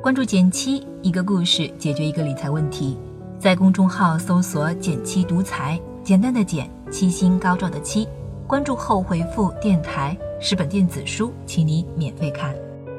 关注减七，一个故事解决一个理财问题。在公众号搜索减七独裁，简单的减，七星高照的七。关注后回复电台，10本电子书，请你免费看。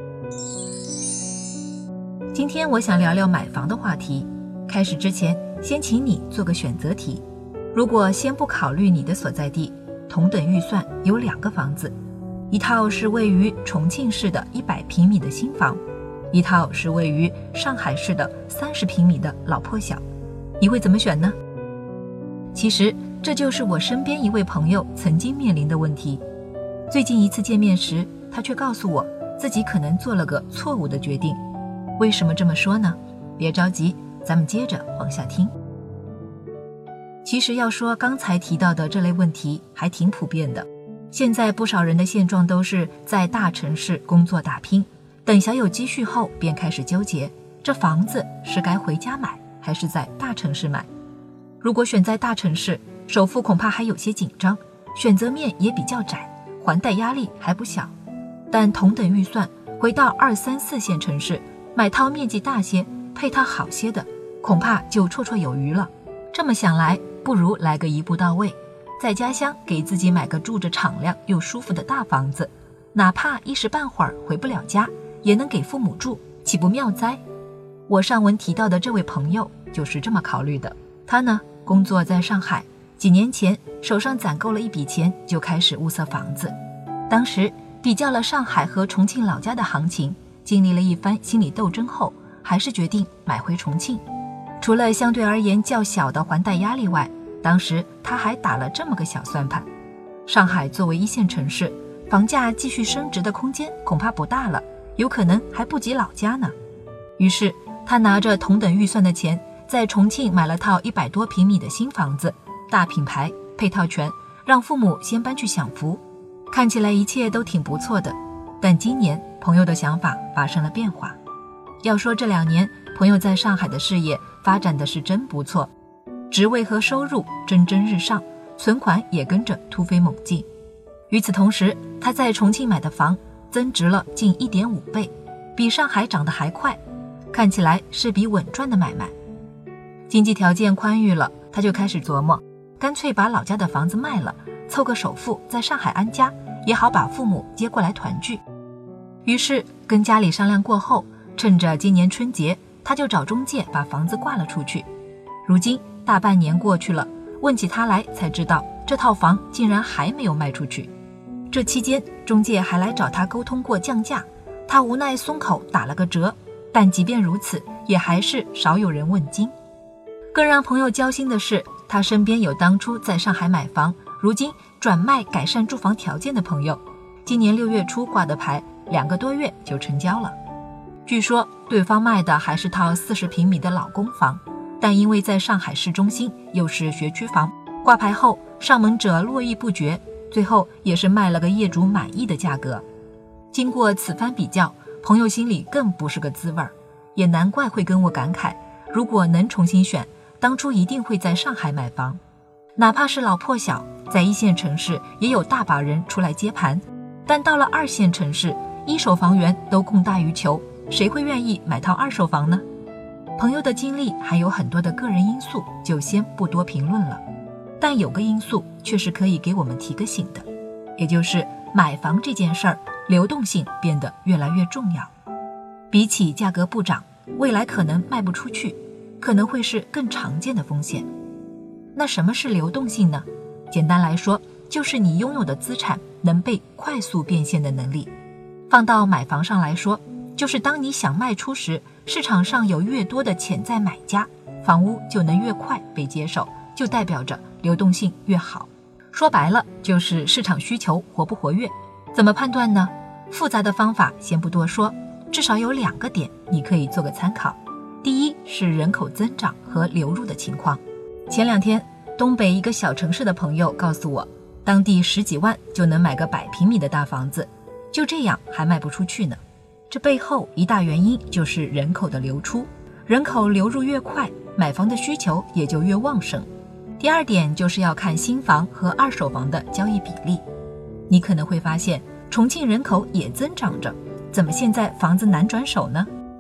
今天我想聊聊买房的话题。开始之前，先请你做个选择题。如果先不考虑你的所在地，同等预算有2个房子，一套是位于重庆市的100平米的新房，一套是位于上海市的30平米的老破小，你会怎么选呢？其实这就是我身边一位朋友曾经面临的问题。最近一次见面时，他却告诉我自己可能做了个错误的决定。为什么这么说呢？别着急，咱们接着往下听。其实要说刚才提到的这类问题还挺普遍的，现在不少人的现状都是在大城市工作打拼，等小有积蓄后便开始纠结，这房子是该回家买还是在大城市买。如果选在大城市，首付恐怕还有些紧张，选择面也比较窄，还贷压力还不小。但同等预算，回到2、3、4线城市，买套面积大些、配套好些的，恐怕就绰绰有余了。这么想来，不如来个一步到位，在家乡给自己买个住着敞亮又舒服的大房子，哪怕一时半会儿回不了家，也能给父母住，岂不妙哉？我上文提到的这位朋友就是这么考虑的。他呢，工作在上海，几年前手上攒够了一笔钱，就开始物色房子。当时比较了上海和重庆老家的行情，经历了一番心理斗争后，还是决定买回重庆。除了相对而言较小的还贷压力外，当时他还打了这么个小算盘：上海作为1线城市，房价继续升值的空间恐怕不大了，有可能还不及老家呢。于是他拿着同等预算的钱，在重庆买了套100多平米的新房子，大品牌，配套全，让父母先搬去享福。看起来一切都挺不错的，但今年朋友的想法发生了变化。要说这2年朋友在上海的事业发展的是真不错，职位和收入蒸蒸日上，存款也跟着突飞猛进。与此同时，他在重庆买的房增值了近1.5倍，比上海涨得还快，看起来是笔稳赚的买卖。经济条件宽裕了，他就开始琢磨，干脆把老家的房子卖了，凑个首付在上海安家，也好把父母接过来团聚。于是跟家里商量过后，趁着今年春节，他就找中介把房子挂了出去。如今大半年过去了，问起他来才知道，这套房竟然还没有卖出去。这期间中介还来找他沟通过降价，他无奈松口打了个折，但即便如此，也还是少有人问津。更让朋友焦心的是，他身边有当初在上海买房，如今转卖改善住房条件的朋友，今年6月初挂的牌，2个多月就成交了。据说对方卖的还是套40平米的老公房，但因为在上海市中心，又是学区房，挂牌后上门者络绎不绝，最后也是卖了个业主满意的价格。经过此番比较，朋友心里更不是个滋味，也难怪会跟我感慨，如果能重新选，当初一定会在上海买房。哪怕是老破小，在1线城市也有大把人出来接盘，但到了2线城市，1手房源都供大于求，谁会愿意买套2手房呢？朋友的经历还有很多的个人因素，就先不多评论了。但有个因素却是可以给我们提个醒的，也就是买房这件事儿，流动性变得越来越重要。比起价格不涨，未来可能卖不出去，可能会是更常见的风险。那什么是流动性呢？简单来说，就是你拥有的资产能被快速变现的能力。放到买房上来说，就是当你想卖出时，市场上有越多的潜在买家，房屋就能越快被接受，就代表着流动性越好。说白了，就是市场需求活不活跃。怎么判断呢？复杂的方法先不多说，至少有2个点你可以做个参考。第一是人口增长和流入的情况。前2天，东北一个小城市的朋友告诉我，当地10几万就能买个100平米的大房子，就这样还卖不出去呢。这背后一大原因就是人口的流出，人口流入越快，买房的需求也就越旺盛。第2点就是要看新房和2手房的交易比例。你可能会发现，重庆人口也增长着，怎么现在房子难转手呢？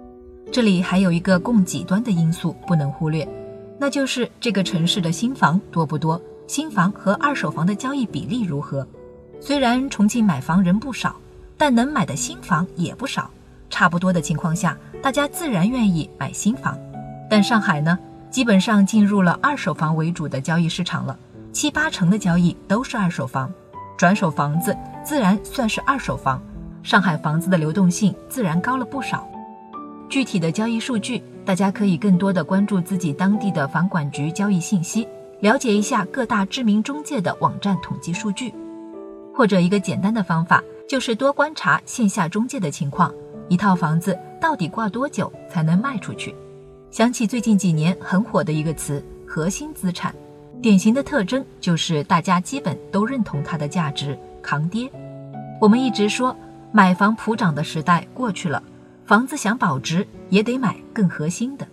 这里还有一个供给端的因素不能忽略，那就是这个城市的新房多不多，新房和二手房的交易比例如何。虽然重庆买房人不少，但能买的新房也不少，差不多的情况下，大家自然愿意买新房。但上海呢，基本上进入了二手房为主的交易市场了，7、8成的交易都是二手房，转手房子自然算是二手房，上海房子的流动性自然高了不少。具体的交易数据，大家可以更多的关注自己当地的房管局交易信息，了解一下各大知名中介的网站统计数据。或者一个简单的方法，就是多观察线下中介的情况，一套房子到底挂多久才能卖出去。想起最近几年很火的一个词，核心资产，典型的特征就是大家基本都认同它的价值，抗跌。我们一直说买房普涨的时代过去了，房子想保值也得买更核心的。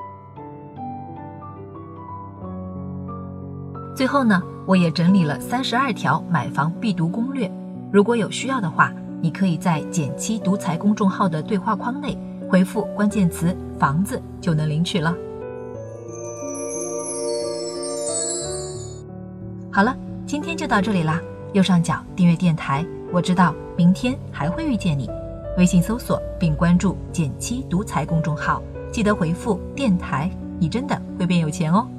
最后呢，我也整理了32条买房必读攻略，如果有需要的话，你可以在减七独裁公众号的对话框内回复关键词房子就能领取了。好了，今天就到这里啦，右上角订阅电台，我知道明天还会遇见你。微信搜索并关注减七独裁公众号，记得回复电台，你真的会变有钱哦。